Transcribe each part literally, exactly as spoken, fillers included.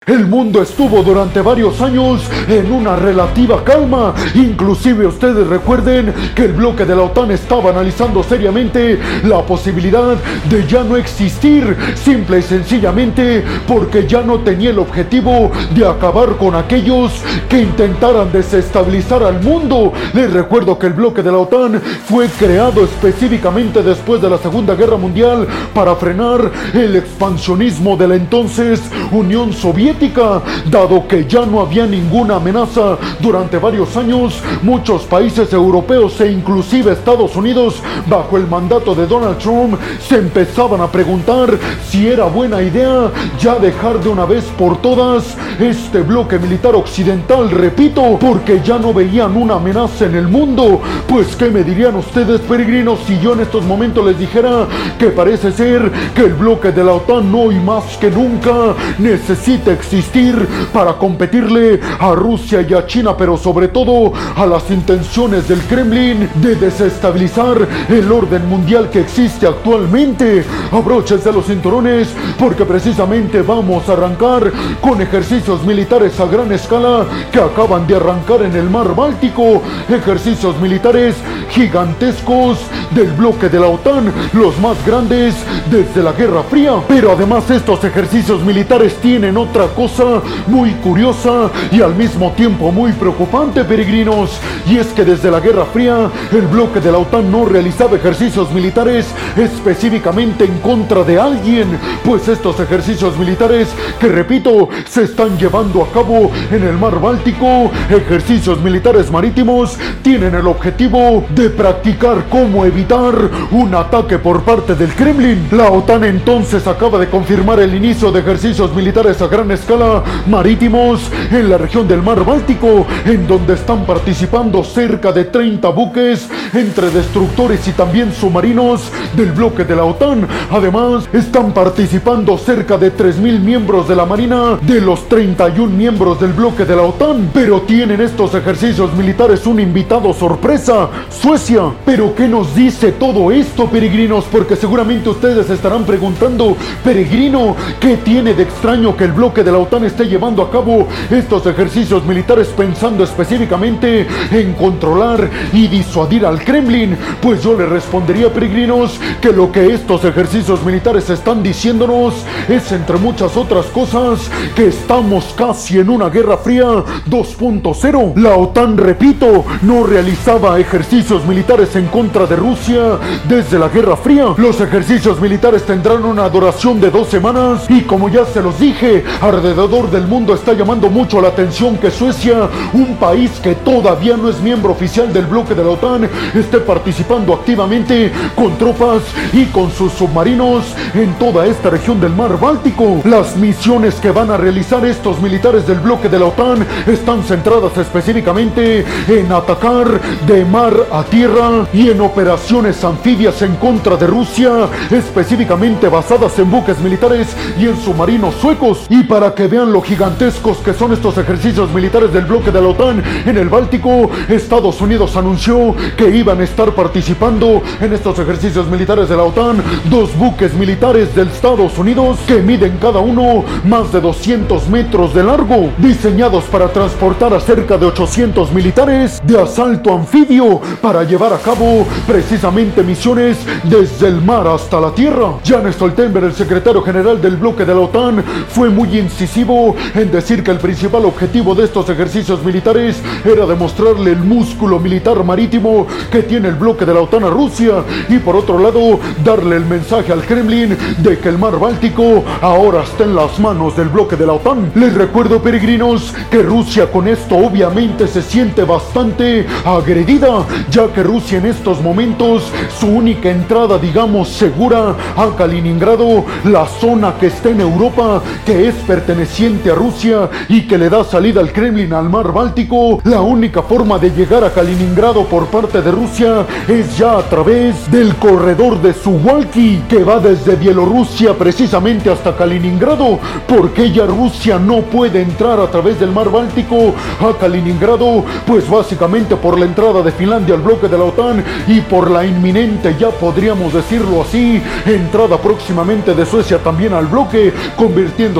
El mundo estuvo durante varios años en una relativa calma. Inclusive ustedes recuerden que el bloque de la OTAN estaba analizando seriamente la posibilidad de ya no existir, simple y sencillamente porque ya no tenía el objetivo de acabar con aquellos que intentaran desestabilizar al mundo. Les recuerdo que el bloque de la OTAN fue creado específicamente después de la Segunda Guerra Mundial para frenar el expansionismo de la entonces Unión Soviética. Dado que ya no había ninguna amenaza durante varios años, muchos países europeos e inclusive Estados Unidos, bajo el mandato de Donald Trump, se empezaban a preguntar si era buena idea ya dejar de una vez por todas este bloque militar occidental, repito, porque ya no veían una amenaza en el mundo. Pues ¿qué me dirían ustedes, peregrinos, si yo en estos momentos les dijera que parece ser que el bloque de la OTAN hoy más que nunca necesita existir para competirle a Rusia y a China, pero sobre todo a las intenciones del Kremlin de desestabilizar el orden mundial que existe actualmente? Abróchense los cinturones porque precisamente vamos a arrancar con ejercicios militares a gran escala que acaban de arrancar en el mar Báltico, ejercicios militares gigantescos del bloque de la OTAN, los más grandes desde la Guerra Fría. Pero además estos ejercicios militares tienen otra cosa muy curiosa y al mismo tiempo muy preocupante, peregrinos, y es que desde la Guerra Fría el bloque de la OTAN no realizaba ejercicios militares específicamente en contra de alguien, pues estos ejercicios militares, que repito, se están llevando a cabo en el mar Báltico, ejercicios militares marítimos, tienen el objetivo de practicar cómo evitar un ataque por parte del Kremlin. La OTAN entonces acaba de confirmar el inicio de ejercicios militares a gran escala marítimos en la región del mar Báltico, en donde están participando cerca de treinta buques entre destructores y también submarinos del bloque de la OTAN. Además, están participando cerca de tres mil miembros de la Marina de los treinta y un miembros del bloque de la OTAN. Pero tienen estos ejercicios militares un invitado sorpresa, Suecia. ¿Pero qué nos dice todo esto, peregrinos? Porque seguramente ustedes estarán preguntando, peregrino, ¿qué tiene de extraño que el bloque de la OTAN esté llevando a cabo estos ejercicios militares pensando específicamente en controlar y disuadir al Kremlin? Pues yo les respondería, peregrinos, que lo que estos ejercicios militares están diciéndonos es, entre muchas otras cosas, que estamos casi en una Guerra Fría dos punto cero. La OTAN, repito, no realizaba ejercicios militares en contra de Rusia desde la Guerra Fría. Los ejercicios militares tendrán una duración de dos semanas y, como ya se los dije, alrededor del mundo está llamando mucho la atención que Suecia, un país que todavía no es miembro oficial del bloque de la OTAN, esté participando activamente con tropas y con sus submarinos en toda esta región del mar Báltico. Las misiones que van a realizar estos militares del bloque de la OTAN están centradas específicamente en atacar de mar a tierra y en operaciones anfibias en contra de Rusia, específicamente basadas en buques militares y en submarinos suecos. Y para que vean lo gigantescos que son estos ejercicios militares del bloque de la OTAN en el Báltico, Estados Unidos anunció que iban a estar participando en estos ejercicios militares de la OTAN dos buques militares de Estados Unidos que miden cada uno más de doscientos metros de largo, diseñados para transportar a cerca de ochocientos militares de asalto anfibio para llevar a cabo precisamente misiones desde el mar hasta la tierra. Jens Stoltenberg, el secretario general del bloque de la OTAN, fue muy incisivo en decir que el principal objetivo de estos ejercicios militares era demostrarle el músculo militar marítimo que tiene el bloque de la OTAN a Rusia y, por otro lado, darle el mensaje al Kremlin de que el mar Báltico ahora está en las manos del bloque de la OTAN. Les recuerdo, peregrinos, que Rusia con esto obviamente se siente bastante agredida, ya que Rusia en estos momentos, su única entrada, digamos, segura a Kaliningrado, la zona que está en Europa, que es perteneciente a Rusia y que le da salida al Kremlin al mar Báltico, la única forma de llegar a Kaliningrado por parte de Rusia es ya a través del corredor de Suwalki, que va desde Bielorrusia precisamente hasta Kaliningrado, porque ya Rusia no puede entrar a través del mar Báltico a Kaliningrado, pues básicamente por la entrada de Finlandia al bloque de la OTAN y por la inminente, ya podríamos decirlo así, entrada próximamente de Suecia también al bloque, convirtiéndose en el miembro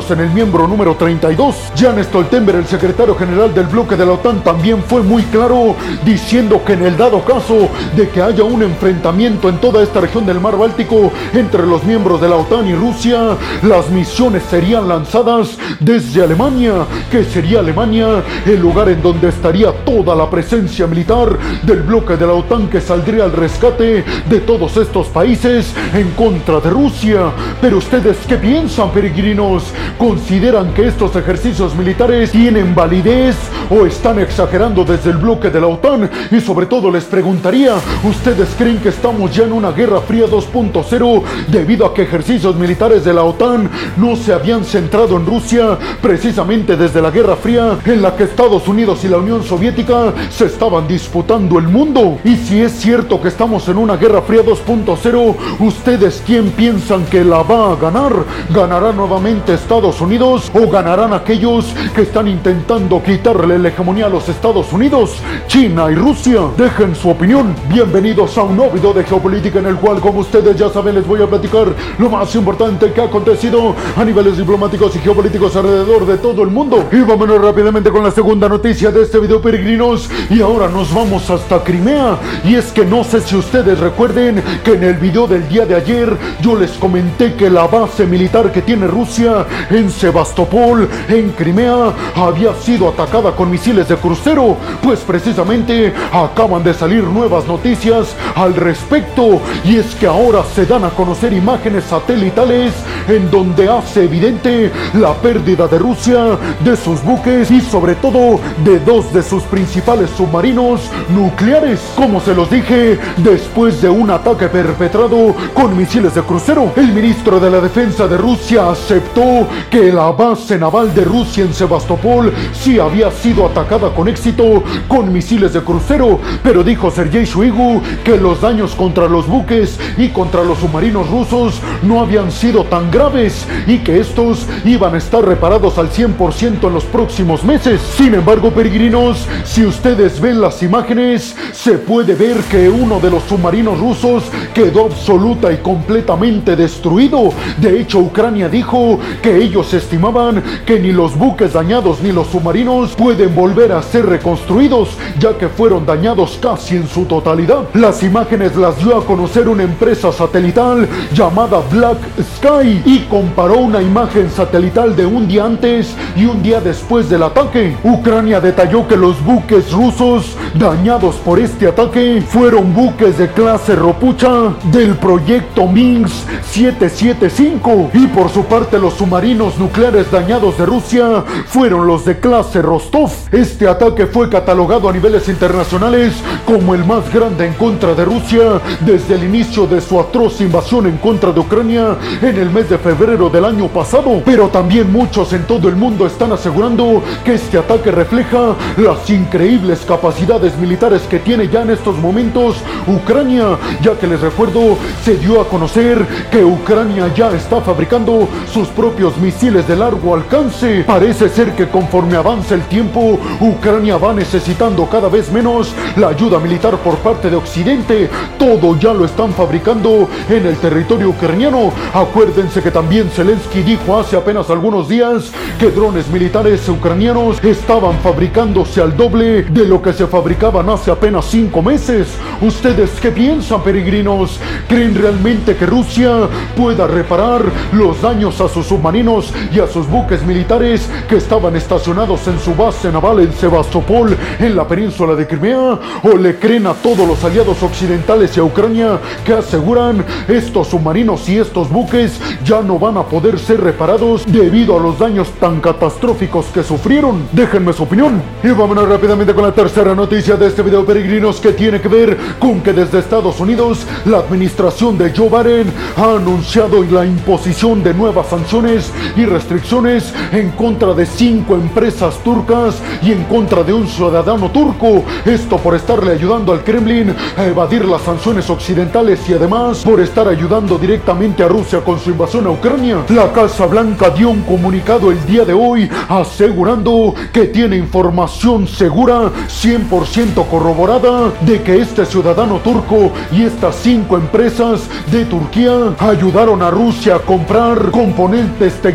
miembro número treinta y dos. Jens Stoltenberg, el secretario general del bloque de la OTAN, también fue muy claro, diciendo que en el dado caso de que haya un enfrentamiento en toda esta región del mar Báltico entre los miembros de la OTAN y Rusia, las misiones serían lanzadas desde Alemania, que sería Alemania el lugar en donde estaría toda la presencia militar del bloque de la OTAN, que saldría al rescate de todos estos países en contra de Rusia. Pero ustedes, ¿qué piensan, peregrinos? ¿Consideran que estos ejercicios militares tienen validez o están exagerando desde el bloque de la OTAN? Y sobre todo les preguntaría, ¿ustedes creen que estamos ya en una guerra fría dos punto cero debido a que ejercicios militares de la OTAN no se habían centrado en Rusia precisamente desde la Guerra Fría, en la que Estados Unidos y la Unión Soviética se estaban disputando el mundo? Y si es cierto que estamos en una guerra fría dos punto cero, ¿ustedes quién piensan que la va a ganar? ¿Ganará nuevamente Estados Unidos o ganarán aquellos que están intentando quitarle la hegemonía a los Estados Unidos, China y Rusia? Dejen su opinión. Bienvenidos a un nuevo video de geopolítica, en el cual, como ustedes ya saben, les voy a platicar lo más importante que ha acontecido a niveles diplomáticos y geopolíticos alrededor de todo el mundo. Y vámonos rápidamente con la segunda noticia de este video, peregrinos, y ahora nos vamos hasta Crimea. Y es que no sé si ustedes recuerden que en el video del día de ayer yo les comenté que la base militar que tiene Rusia en Sebastopol, en Crimea, había sido atacada con misiles de crucero. Pues precisamente acaban de salir nuevas noticias al respecto, y es que ahora se dan a conocer imágenes satelitales en donde hace evidente la pérdida de Rusia de sus buques y sobre todo de dos de sus principales submarinos nucleares, como se los dije, después de un ataque perpetrado con misiles de crucero. El ministro de la Defensa de Rusia aceptó que la base naval de Rusia en Sebastopol sí había sido atacada con éxito con misiles de crucero, pero dijo Sergei Shoigu que los daños contra los buques y contra los submarinos rusos no habían sido tan graves y que estos iban a estar reparados al cien por ciento en los próximos meses. Sin embargo, peregrinos, si ustedes ven las imágenes, se puede ver que uno de los submarinos rusos quedó absoluta y completamente destruido. De hecho, Ucrania dijo que ellos estimaban que ni los buques dañados ni los submarinos pueden volver a ser reconstruidos, ya que fueron dañados casi en su totalidad. Las imágenes las dio a conocer una empresa satelital llamada Black Sky y comparó una imagen satelital de un día antes y un día después del ataque. Ucrania detalló que los buques rusos dañados por este ataque fueron buques de clase Ropucha del proyecto Minsk setecientos setenta y cinco, y por su parte los submarinos nucleares dañados de Rusia fueron los de clase Rostov. Este ataque fue catalogado a niveles internacionales como el más grande en contra de Rusia desde el inicio de su atroz invasión en contra de Ucrania en el mes de febrero del año pasado. Pero también muchos en todo el mundo están asegurando que este ataque refleja las increíbles capacidades militares que tiene ya en estos momentos Ucrania, ya que les recuerdo, se dio a conocer que Ucrania ya está fabricando sus propios misiles de largo alcance. Parece ser que conforme avanza el tiempo, Ucrania va necesitando cada vez menos la ayuda militar por parte de Occidente. Todo ya lo están fabricando en el territorio ucraniano. Acuérdense que también Zelensky dijo hace apenas algunos días que drones militares ucranianos estaban fabricándose al doble de lo que se fabricaban hace apenas cinco meses. ¿Ustedes qué piensan, peregrinos? ¿Creen realmente que Rusia pueda reparar los daños a sus submarinos y a sus buques militares que estaban estacionados en su base naval en Sebastopol, en la península de Crimea? ¿O le creen a todos los aliados occidentales y a Ucrania, que aseguran estos submarinos y estos buques ya no van a poder ser reparados debido a los daños tan catastróficos que sufrieron? Déjenme su opinión. Y vámonos rápidamente con la tercera noticia de este video, peregrinos, que tiene que ver con que desde Estados Unidos la administración de Joe Biden ha anunciado la imposición de nuevas sanciones y restricciones en contra de cinco empresas turcas y en contra de un ciudadano turco. Esto por estarle ayudando al Kremlin a evadir las sanciones occidentales y además por estar ayudando directamente a Rusia con su invasión a Ucrania. La Casa Blanca dio un comunicado el día de hoy asegurando que tiene información segura, cien por ciento corroborada, de que este ciudadano turco y estas cinco empresas de Turquía ayudaron a Rusia a comprar componentes tecnológicos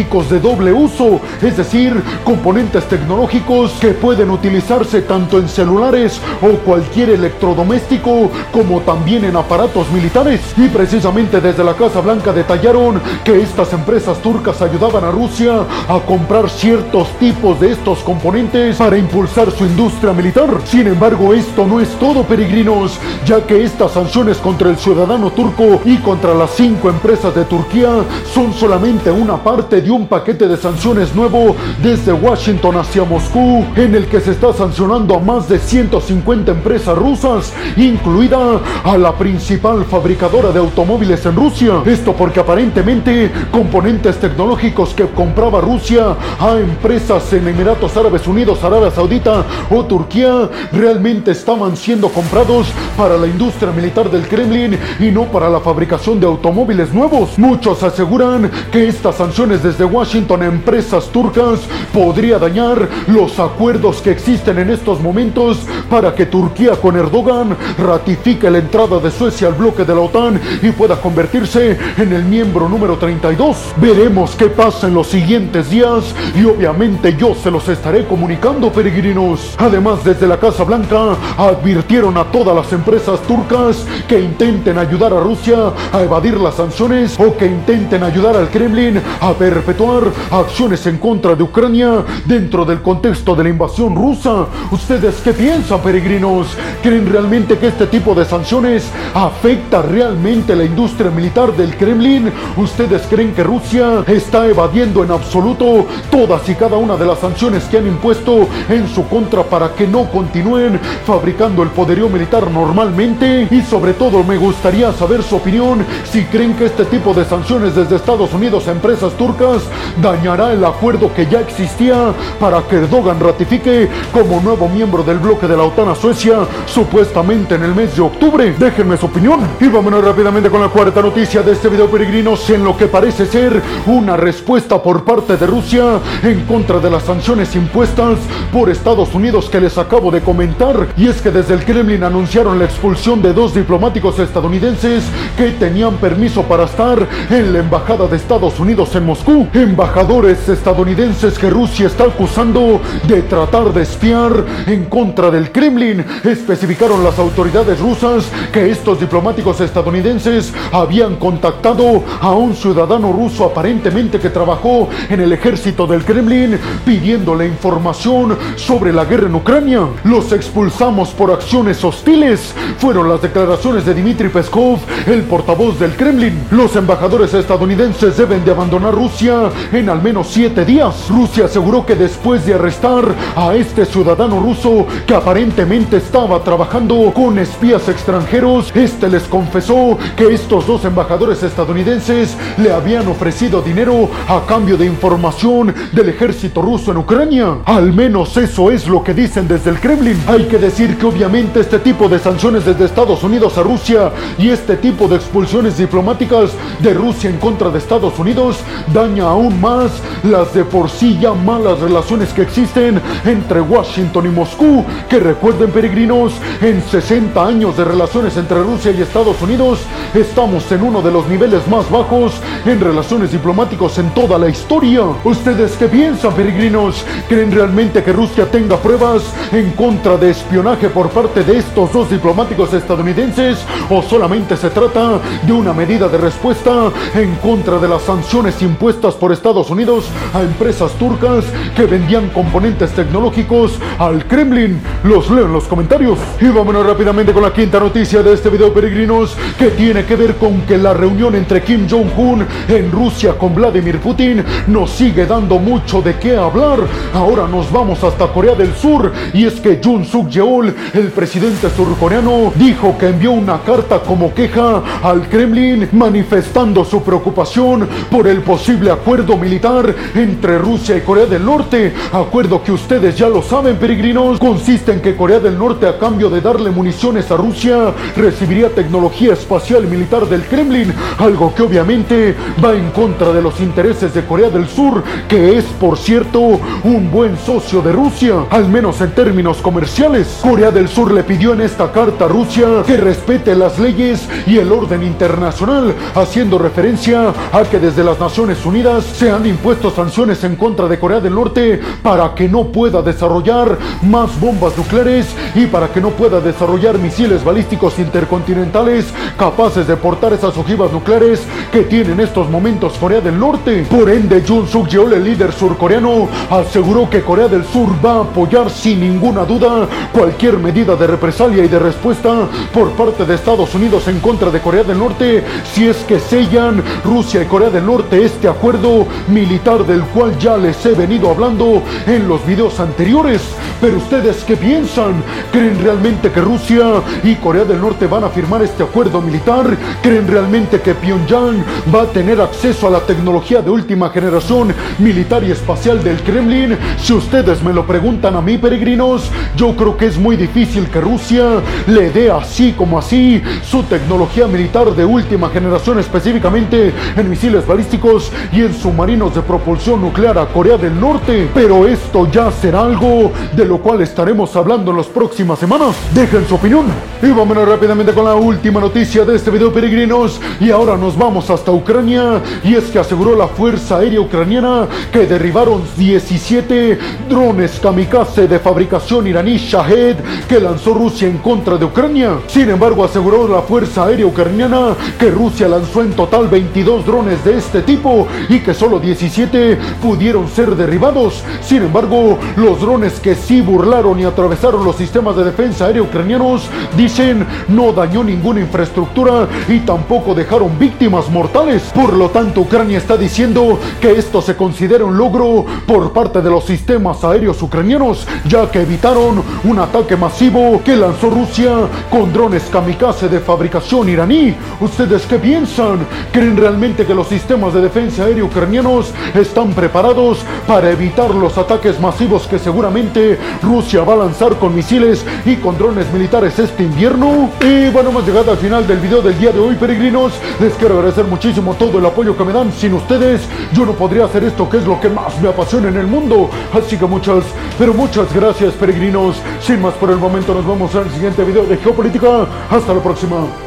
tecnológicos de doble uso, es decir, componentes tecnológicos que pueden utilizarse tanto en celulares o cualquier electrodoméstico, como también en aparatos militares. Y precisamente desde la Casa Blanca detallaron que estas empresas turcas ayudaban a Rusia a comprar ciertos tipos de estos componentes para impulsar su industria militar. Sin embargo, esto no es todo, peregrinos, ya que estas sanciones contra el ciudadano turco y contra las cinco empresas de Turquía son solamente una parte de un paquete de sanciones nuevo desde Washington hacia Moscú, en el que se está sancionando a más de ciento cincuenta empresas rusas, incluida a la principal fabricadora de automóviles en Rusia. Esto porque aparentemente componentes tecnológicos que compraba Rusia a empresas en Emiratos Árabes Unidos, Arabia Saudita o Turquía realmente estaban siendo comprados para la industria militar del Kremlin y no para la fabricación de automóviles nuevos. Muchos aseguran que estas sanciones desde Washington a empresas turcas podría dañar los acuerdos que existen en estos momentos para que Turquía con Erdogan ratifique la entrada de Suecia al bloque de la OTAN y pueda convertirse en el miembro número treinta y dos. Veremos qué pasa en los siguientes días y obviamente yo se los estaré comunicando, peregrinos. Además, desde la Casa Blanca advirtieron a todas las empresas turcas que intenten ayudar a Rusia a evadir las sanciones o que intenten ayudar al Kremlin a perpetuar acciones en contra de Ucrania dentro del contexto de la invasión rusa. ¿Ustedes qué piensan, peregrinos? ¿Creen realmente que este tipo de sanciones afecta realmente la industria militar del Kremlin? ¿Ustedes creen que Rusia está evadiendo en absoluto todas y cada una de las sanciones que han impuesto en su contra para que no continúen fabricando el poderío militar normalmente? Y sobre todo me gustaría saber su opinión, si creen que este tipo de sanciones desde Estados Unidos a empresas turcas dañará el acuerdo que ya existía para que Erdogan ratifique como nuevo miembro del bloque de la OTAN a Suecia, supuestamente en el mes de octubre. Déjenme su opinión. Y vámonos rápidamente con la cuarta noticia de este video, peregrinos, en lo que parece ser una respuesta por parte de Rusia en contra de las sanciones impuestas por Estados Unidos que les acabo de comentar. Y es que desde el Kremlin anunciaron la expulsión de dos diplomáticos estadounidenses que tenían permiso para estar en la embajada de Estados Unidos en Moscú. Embajadores estadounidenses que Rusia está acusando de tratar de espiar en contra del Kremlin. Especificaron las autoridades rusas que estos diplomáticos estadounidenses habían contactado a un ciudadano ruso aparentemente que trabajó en el ejército del Kremlin pidiéndole información sobre la guerra en Ucrania. Los expulsamos por acciones hostiles, fueron las declaraciones de Dmitry Peskov, el portavoz del Kremlin. Los embajadores estadounidenses deben de abandonar Rusia en al menos siete días. Rusia aseguró que después de arrestar a este ciudadano ruso que aparentemente estaba trabajando con espías extranjeros, este les confesó que estos dos embajadores estadounidenses le habían ofrecido dinero a cambio de información del ejército ruso en Ucrania. Al menos eso es lo que dicen desde el Kremlin. Hay que decir que obviamente este tipo de sanciones desde Estados Unidos a Rusia y este tipo de expulsiones diplomáticas de Rusia en contra de Estados Unidos daña aún más las de por sí ya malas relaciones que existen entre Washington y Moscú, que recuerden, peregrinos, en sesenta años de relaciones entre Rusia y Estados Unidos estamos en uno de los niveles más bajos en relaciones diplomáticas en toda la historia. ¿Ustedes qué piensan, peregrinos? ¿Creen realmente que Rusia tenga pruebas en contra de espionaje por parte de estos dos diplomáticos estadounidenses o solamente se trata de una medida de respuesta en contra de las sanciones impuestas por Estados Unidos a empresas turcas que vendían componentes tecnológicos al Kremlin? Los leo en los comentarios. Y vámonos rápidamente con la quinta noticia de este video, peregrinos, que tiene que ver con que la reunión entre Kim Jong-un en Rusia con Vladimir Putin nos sigue dando mucho de qué hablar. Ahora nos vamos hasta Corea del Sur, y es que Yoon Suk Yeol, el presidente surcoreano, dijo que envió una carta como queja al Kremlin manifestando su preocupación por el posible acuerdo militar entre Rusia y Corea del Norte. Acuerdo que ustedes ya lo saben, peregrinos, consiste en que Corea del Norte, a cambio de darle municiones a Rusia, recibiría tecnología espacial militar del Kremlin, algo que obviamente va en contra de los intereses de Corea del Sur, que es, por cierto, un buen socio de Rusia, al menos en términos comerciales. Corea del Sur le pidió en esta carta a Rusia que respete las leyes y el orden internacional, haciendo referencia a que desde las Naciones Unidas Unidas se han impuesto sanciones en contra de Corea del Norte para que no pueda desarrollar más bombas nucleares y para que no pueda desarrollar misiles balísticos intercontinentales capaces de portar esas ojivas nucleares que tiene en estos momentos Corea del Norte. Por ende, Yoon Suk Yeol, el líder surcoreano, aseguró que Corea del Sur va a apoyar sin ninguna duda cualquier medida de represalia y de respuesta por parte de Estados Unidos en contra de Corea del Norte si es que sellan Rusia y Corea del Norte este acuerdo militar del cual ya les he venido hablando en los videos anteriores. Pero ustedes, ¿qué piensan? ¿Creen realmente que Rusia y Corea del Norte van a firmar este acuerdo militar? ¿Creen realmente que Pyongyang va a tener acceso a la tecnología de última generación militar y espacial del Kremlin? Si ustedes me lo preguntan a mí, peregrinos, yo creo que es muy difícil que Rusia le dé así como así su tecnología militar de última generación, específicamente en misiles balísticos y en submarinos de propulsión nuclear a Corea del Norte. Pero esto ya será algo de lo cual estaremos hablando en las próximas semanas. Dejen su opinión. Y vámonos rápidamente con la última noticia de este video, peregrinos. Y ahora nos vamos hasta Ucrania. Y es que aseguró la Fuerza Aérea Ucraniana que derribaron diecisiete drones kamikaze de fabricación iraní Shahed que lanzó Rusia en contra de Ucrania. Sin embargo, aseguró la Fuerza Aérea Ucraniana que Rusia lanzó en total veintidós drones de este tipo y que solo diecisiete pudieron ser derribados. Sin embargo, los drones que sí burlaron y atravesaron los sistemas de defensa aérea ucranianos, dicen, no dañó ninguna infraestructura y tampoco dejaron víctimas mortales. Por lo tanto, Ucrania está diciendo que esto se considera un logro por parte de los sistemas aéreos ucranianos, ya que evitaron un ataque masivo que lanzó Rusia con drones kamikaze de fabricación iraní. ¿Ustedes qué piensan? ¿Creen realmente que los sistemas de defensa aérea ucranianos están preparados para evitar los ataques masivos que seguramente Rusia va a lanzar con misiles y con drones militares este invierno? Y bueno, hemos llegado al final del video del día de hoy, peregrinos. Les quiero agradecer muchísimo todo el apoyo que me dan. Sin ustedes yo no podría hacer esto, que es lo que más me apasiona en el mundo. Así que muchas, pero muchas gracias, peregrinos. Sin más por el momento, nos vemos en el siguiente video de Geopolítica. Hasta la próxima.